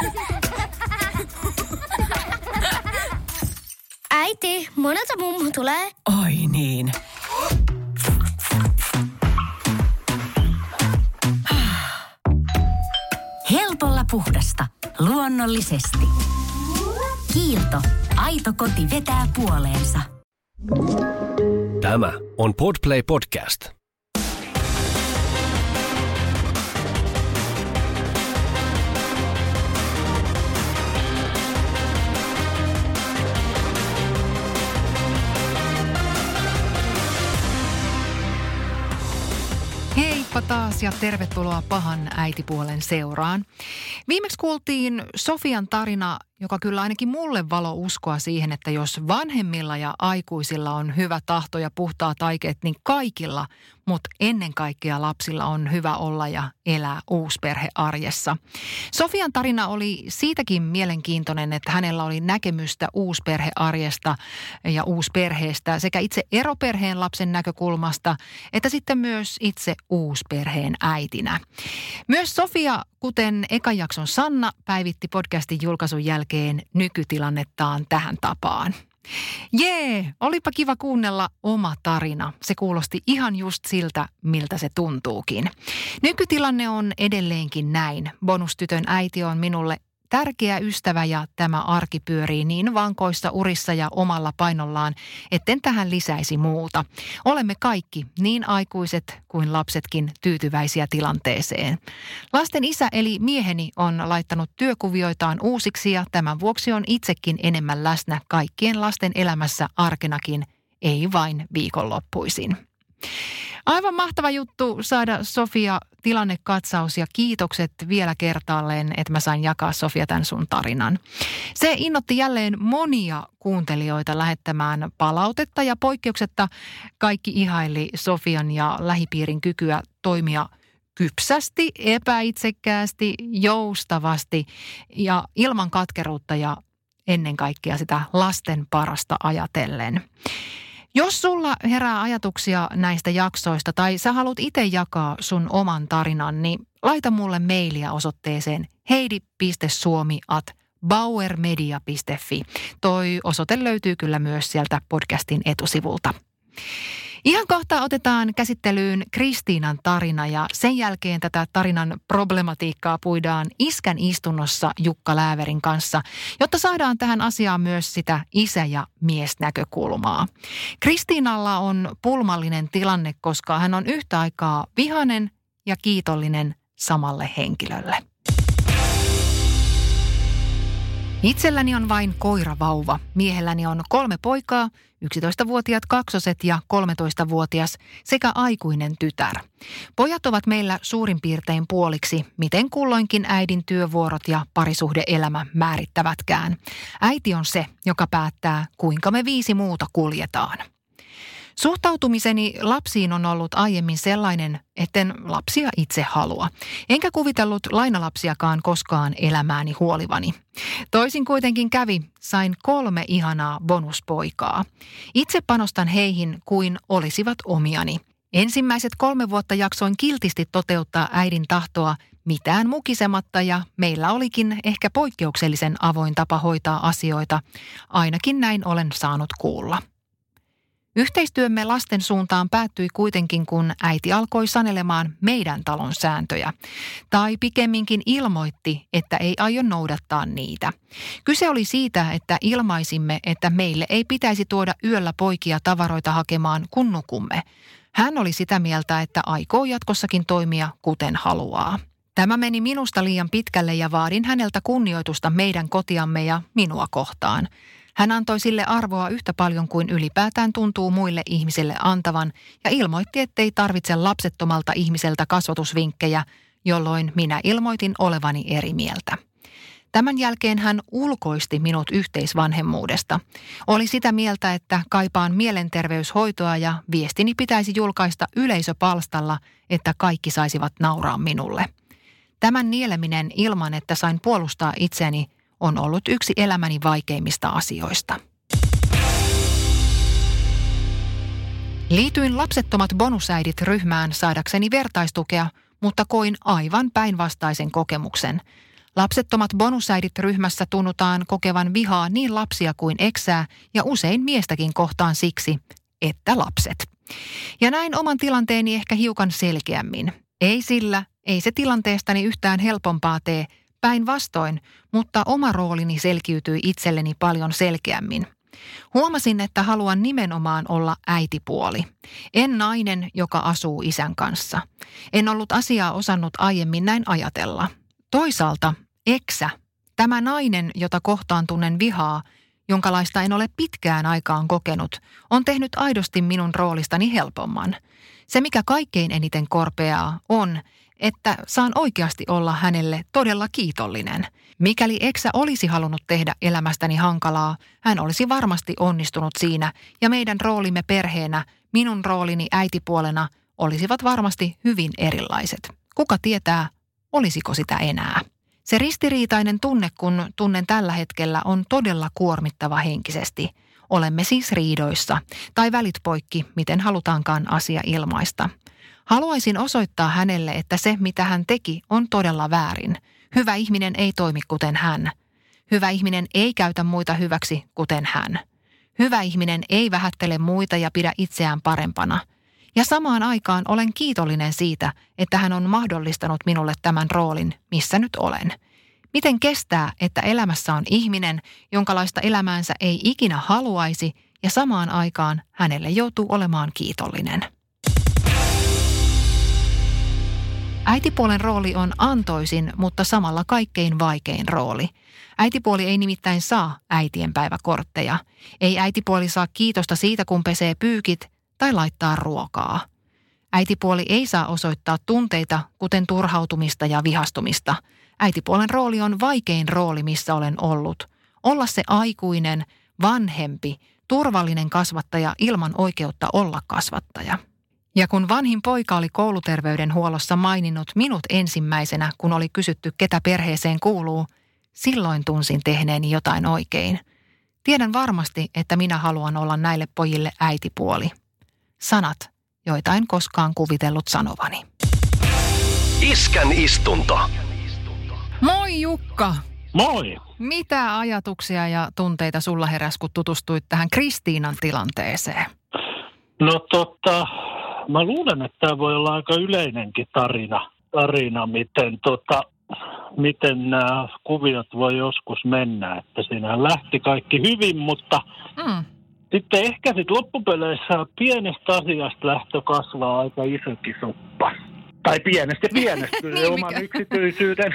Äiti, monelta mummu tulee. Oi niin. Helpolla puhdasta. Luonnollisesti. Kiilto. Aito koti vetää puoleensa. Tämä on Podplay Podcast. Heippa taas ja tervetuloa Pahan äitipuolen seuraan. Viimeksi kuultiin Sofian tarina, joka kyllä ainakin mulle valo uskoa siihen, että jos vanhemmilla ja aikuisilla on hyvä tahto ja puhtaat aikeet, niin kaikilla, mutta ennen kaikkea lapsilla on hyvä olla ja elää uusperhearjessa. Sofian tarina oli siitäkin mielenkiintoinen, että hänellä oli näkemystä uusperhearjesta ja uusperheestä sekä itse eroperheen lapsen näkökulmasta, että sitten myös itse uusperheen äitinä. Myös Sofia, kuten ekan jakson Sanna, päivitti podcastin julkaisun jälkeen nykytilannettaan tähän tapaan. Jee, olipa kiva kuunnella oma tarina. Se kuulosti ihan just siltä, miltä se tuntuukin. Nykytilanne on edelleenkin näin. Bonustytön äiti on minulle tärkeä ystävä ja tämä arki pyörii niin vankoissa urissa ja omalla painollaan, etten tähän lisäisi muuta. Olemme kaikki, niin aikuiset kuin lapsetkin, tyytyväisiä tilanteeseen. Lasten isä eli mieheni on laittanut työkuvioitaan uusiksi ja tämän vuoksi on itsekin enemmän läsnä kaikkien lasten elämässä arkenakin, ei vain viikonloppuisin. Aivan mahtava juttu saada Sofia tilannekatsaus ja kiitokset vielä kertaalleen, että mä sain jakaa Sofia tämän sun tarinan. Se innoitti jälleen monia kuuntelijoita lähettämään palautetta ja poikkeuksetta kaikki ihaili Sofian ja lähipiirin kykyä toimia kypsästi, epäitsekkäästi, joustavasti ja ilman katkeruutta ja ennen kaikkea sitä lasten parasta ajatellen. Jos sulla herää ajatuksia näistä jaksoista tai sä haluat itse jakaa sun oman tarinan, niin laita mulle mailia osoitteeseen heidi.suomi@bauermedia.fi. Toi osoite löytyy kyllä myös sieltä podcastin etusivulta. Ihan kohta otetaan käsittelyyn Kristiinan tarina ja sen jälkeen tätä tarinan problematiikkaa puidaan Iskän istunnossa Jukka Lääverin kanssa, jotta saadaan tähän asiaan myös sitä isä- ja miesnäkökulmaa. Kristiinalla on pulmallinen tilanne, koska hän on yhtä aikaa vihainen ja kiitollinen samalle henkilölle. Itselläni on vain koiravauva. Miehelläni on 3 poikaa, 11-vuotiaat kaksoset ja 13-vuotias sekä aikuinen tytär. Pojat ovat meillä suurin piirtein puoliksi, miten kulloinkin äidin työvuorot ja parisuhde-elämä määrittävätkään. Äiti on se, joka päättää, kuinka me 5 muuta kuljetaan. Suhtautumiseni lapsiin on ollut aiemmin sellainen, etten lapsia itse halua. Enkä kuvitellut lainalapsiakaan koskaan elämääni huolivani. Toisin kuitenkin kävi, sain 3 ihanaa bonuspoikaa. Itse panostan heihin kuin olisivat omiani. Ensimmäiset 3 vuotta jaksoin kiltisti toteuttaa äidin tahtoa mitään mukisematta ja meillä olikin ehkä poikkeuksellisen avoin tapa hoitaa asioita. Ainakin näin olen saanut kuulla. Yhteistyömme lasten suuntaan päättyi kuitenkin, kun äiti alkoi sanelemaan meidän talon sääntöjä. Tai pikemminkin ilmoitti, että ei aio noudattaa niitä. Kyse oli siitä, että ilmaisimme, että meille ei pitäisi tuoda yöllä poikia tavaroita hakemaan, kun nukumme. Hän oli sitä mieltä, että aikoo jatkossakin toimia kuten haluaa. Tämä meni minusta liian pitkälle ja vaadin häneltä kunnioitusta meidän kotiamme ja minua kohtaan. Hän antoi sille arvoa yhtä paljon kuin ylipäätään tuntuu muille ihmisille antavan ja ilmoitti, ettei tarvitse lapsettomalta ihmiseltä kasvatusvinkkejä, jolloin minä ilmoitin olevani eri mieltä. Tämän jälkeen hän ulkoisti minut yhteisvanhemmuudesta. Oli sitä mieltä, että kaipaan mielenterveyshoitoa ja viestini pitäisi julkaista yleisöpalstalla, että kaikki saisivat nauraa minulle. Tämän nieleminen ilman, että sain puolustaa itseäni, on ollut yksi elämäni vaikeimmista asioista. Liityin lapsettomat bonusäidit ryhmään saadakseni vertaistukea, mutta koin aivan päinvastaisen kokemuksen. Lapsettomat bonusäidit ryhmässä tunnutaan kokevan vihaa niin lapsia kuin eksää ja usein miestäkin kohtaan siksi, että lapset. Ja näin oman tilanteeni ehkä hiukan selkeämmin. Ei se tilanteestani yhtään helpompaa tee, päinvastoin, mutta oma roolini selkiytyi itselleni paljon selkeämmin. Huomasin, että haluan nimenomaan olla äitipuoli. En nainen, joka asuu isän kanssa. En ollut asiaa osannut aiemmin näin ajatella. Toisaalta eksä, tämä nainen, jota kohtaan tunnen vihaa, jonkalaista en ole pitkään aikaan kokenut, on tehnyt aidosti minun roolistani helpomman. Se, mikä kaikkein eniten korpeaa, on, että saan oikeasti olla hänelle todella kiitollinen. Mikäli eksä olisi halunnut tehdä elämästäni hankalaa, hän olisi varmasti onnistunut siinä ja meidän roolimme perheenä, minun roolini äitipuolena, olisivat varmasti hyvin erilaiset. Kuka tietää, olisiko sitä enää? Se ristiriitainen tunne, kun tunnen tällä hetkellä, on todella kuormittava henkisesti. Olemme siis riidoissa, tai välit poikki, miten halutaankaan asia ilmaista. Haluaisin osoittaa hänelle, että se, mitä hän teki, on todella väärin. Hyvä ihminen ei toimi kuten hän. Hyvä ihminen ei käytä muita hyväksi kuten hän. Hyvä ihminen ei vähättele muita ja pidä itseään parempana. Ja samaan aikaan olen kiitollinen siitä, että hän on mahdollistanut minulle tämän roolin, missä nyt olen. Miten kestää, että elämässä on ihminen, jonkalaista elämäänsä ei ikinä haluaisi, ja samaan aikaan hänelle joutuu olemaan kiitollinen. Äitipuolen rooli on antoisin, mutta samalla kaikkein vaikein rooli. Äitipuoli ei nimittäin saa äitienpäiväkortteja. Ei äitipuoli saa kiitosta siitä, kun pesee pyykit tai laittaa ruokaa. Äitipuoli ei saa osoittaa tunteita, kuten turhautumista ja vihastumista. Äitipuolen rooli on vaikein rooli, missä olen ollut. Olla se aikuinen, vanhempi, turvallinen kasvattaja ilman oikeutta olla kasvattaja. Ja kun vanhin poika oli kouluterveydenhuollossa maininnut minut ensimmäisenä, kun oli kysytty, ketä perheeseen kuuluu, silloin tunsin tehneeni jotain oikein. Tiedän varmasti, että minä haluan olla näille pojille äitipuoli. Sanat, joita en koskaan kuvitellut sanovani. Iskän istunto. Moi Jukka! Moi! Mitä ajatuksia ja tunteita sulla heräsi, kun tutustuit tähän Kristiinan tilanteeseen? No mä luulen, että tämä voi olla aika yleinenkin tarina miten nämä kuviot voi joskus mennä. Että siinä lähti kaikki hyvin, mutta sitten ehkä loppupeleissä pienestä asiasta lähtö kasvaa aika isokin soppa. Tai pienestä niin, oman yksityisyyden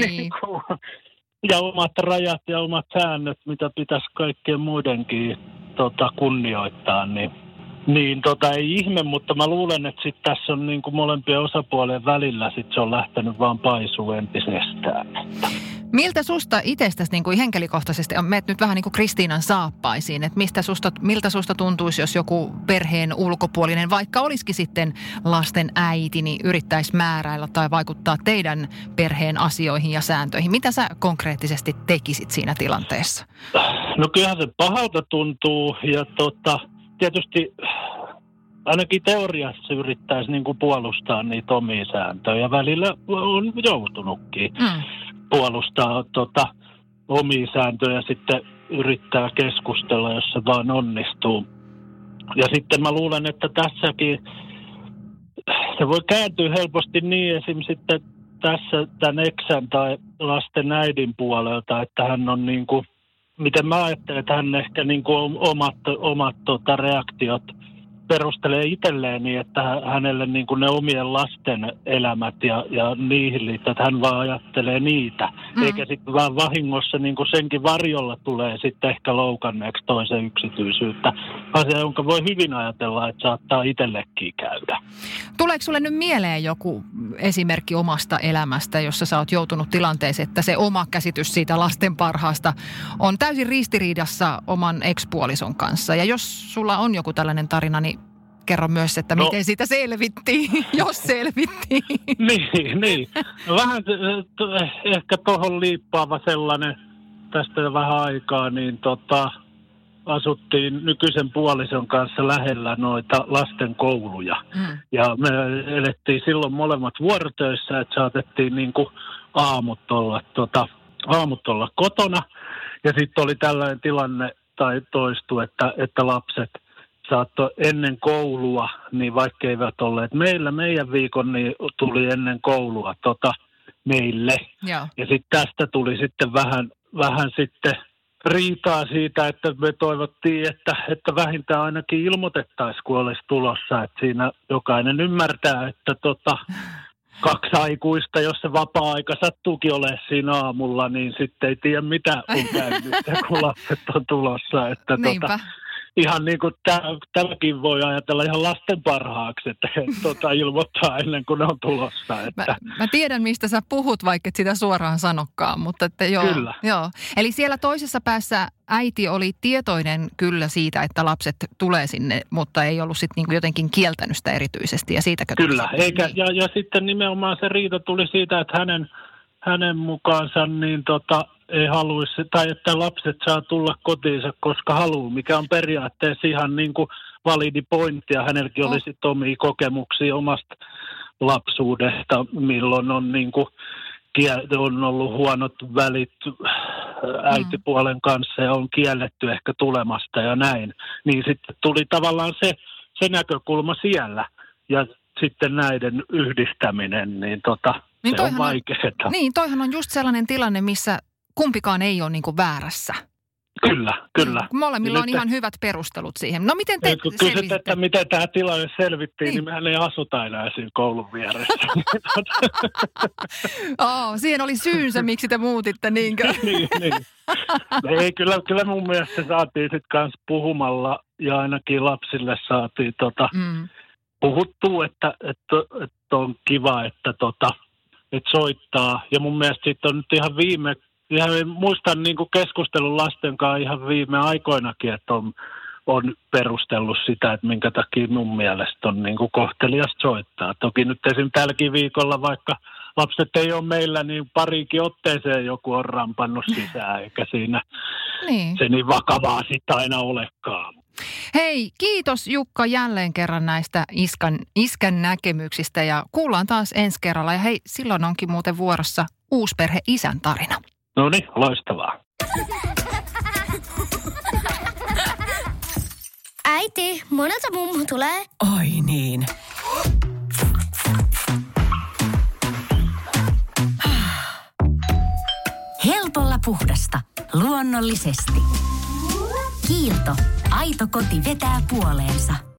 ja omat rajat ja omat säännöt, mitä pitäisi kaikkien muidenkin kunnioittaa, niin ei ihme, mutta mä luulen, että sit tässä on niin kuin molempien osapuolien välillä se on lähtenyt vaan paisuu entisestään. Miltä susta itsestäsi niin kuin henkilökohtaisesti, meet nyt vähän niin kuin Kristiinan saappaisiin, että miltä susta tuntuisi, jos joku perheen ulkopuolinen, vaikka olisikin sitten lasten äiti, niin yrittäisi määräillä tai vaikuttaa teidän perheen asioihin ja sääntöihin. Mitä sä konkreettisesti tekisit siinä tilanteessa? No kyllähän se pahalta tuntuu ja tietysti ainakin teoriassa yrittäisi niin kuin puolustaa niitä omia sääntöjä. Välillä on joutunutkin puolustaa omia sääntöjä, sitten yrittää keskustella, jos se vaan onnistuu. Ja sitten mä luulen, että tässäkin se voi kääntyä helposti niin esim. Sitten tässä tämän eksän tai lasten äidin puolelta, että hän on niin kuin, miten mä ajattelen, että hän ehkä niin kuin omat reaktiot perustelee itselleen niin, että hänelle niin kuin ne omien lasten elämät ja niihin liittyen, että hän vaan ajattelee niitä. Eikä sitten vaan vahingossa niin kuin senkin varjolla tulee sitten ehkä loukanneeksi toisen yksityisyyttä. Asia, jonka voi hyvin ajatella, että saattaa itsellekin käydä. Tuleeko sulle nyt mieleen joku esimerkki omasta elämästä, jossa sä oot joutunut tilanteeseen, että se oma käsitys siitä lasten parhaasta on täysin ristiriidassa oman ekspuolison kanssa? Ja jos sulla on joku tällainen tarina, niin kerro myös, että miten siitä selvittiin, jos selvittiin. Niin. Vähän ehkä tuohon liippaava sellainen tästä jo vähän aikaa, niin asuttiin nykyisen puolison kanssa lähellä noita lasten kouluja. Ja me elettiin silloin molemmat vuorotöissä, että saatettiin niin kuin aamut olla kotona. Ja sitten oli tällainen tilanne, tai toistui, että lapset saattoi ennen koulua, niin vaikka eivät olleet meidän viikon, niin tuli ennen koulua meille. Joo. Ja sitten tästä tuli sitten vähän sitten riitaa siitä, että me toivottiin, että vähintään ainakin ilmoitettaisiin, kun olisi tulossa. Että siinä jokainen ymmärtää, että 2 aikuista, jos se vapaa-aika sattuukin olemaan siinä aamulla, niin sitten ei tiedä mitä on käynyt, kun lapset on tulossa. Että ihan niin kuin tälläkin voi ajatella ihan lasten parhaaksi, että ilmoittaa ennen kuin ne on tulossa. Että. Mä tiedän, mistä sä puhut, vaikka et sitä suoraan sanokaan, mutta että joo. Kyllä. Joo. Eli siellä toisessa päässä äiti oli tietoinen kyllä siitä, että lapset tulee sinne, mutta ei ollut sitten niinku jotenkin kieltänyt sitä erityisesti. Ja siitäkö kyllä, eikä, ja sitten nimenomaan se riita tuli siitä, että hänen mukaansa niin ei haluaisi, tai että lapset saa tulla kotiinsa, koska haluaa, mikä on periaatteessa ihan niin kuin validi pointti, ja hänelläkin oli sitten omia kokemuksia omasta lapsuudesta, milloin on niin kuin on ollut huonot välit äitipuolen kanssa ja on kielletty ehkä tulemasta ja näin. Niin sitten tuli tavallaan se näkökulma siellä ja sitten näiden yhdistäminen, niin se on vaikeaa. Niin, toihan on just sellainen tilanne, missä kumpikaan ei ole niin kuin väärässä. Kyllä. Molemmilla on ihan hyvät perustelut siihen. No miten te kun kysyt, että miten tämä tilanne selvittiin, niin mehän ei asuta enää siinä koulun vieressä. Siihen oli syynsä, miksi te muutitte, niinkö? niin. Ei, kyllä mun mielestä se saatiin sitten kanssa puhumalla ja ainakin lapsille saatiin puhuttua, että on kiva, että soittaa. Ja mun mielestä sitten on nyt ihan muistan niin kuin keskustelun lasten kanssa ihan viime aikoinakin, että on perustellut sitä, että minkä takia mun mielestä on niin kuin kohteliasta soittaa. Toki nyt esim. Tälläkin viikolla, vaikka lapset ei ole meillä, niin pariinkin otteeseen joku on rampannut sisään, eikä siinä se niin vakavaa sitten aina olekaan. Hei, kiitos Jukka jälleen kerran näistä iskän näkemyksistä ja kuullaan taas ensi kerralla. Ja hei, silloin onkin muuten vuorossa uusperhe-isän tarina. No niin, loistavaa. Äiti, monelta mummu tulee? Oi niin. Helpolla puhdasta. Luonnollisesti. Kiilto. Aito koti vetää puoleensa.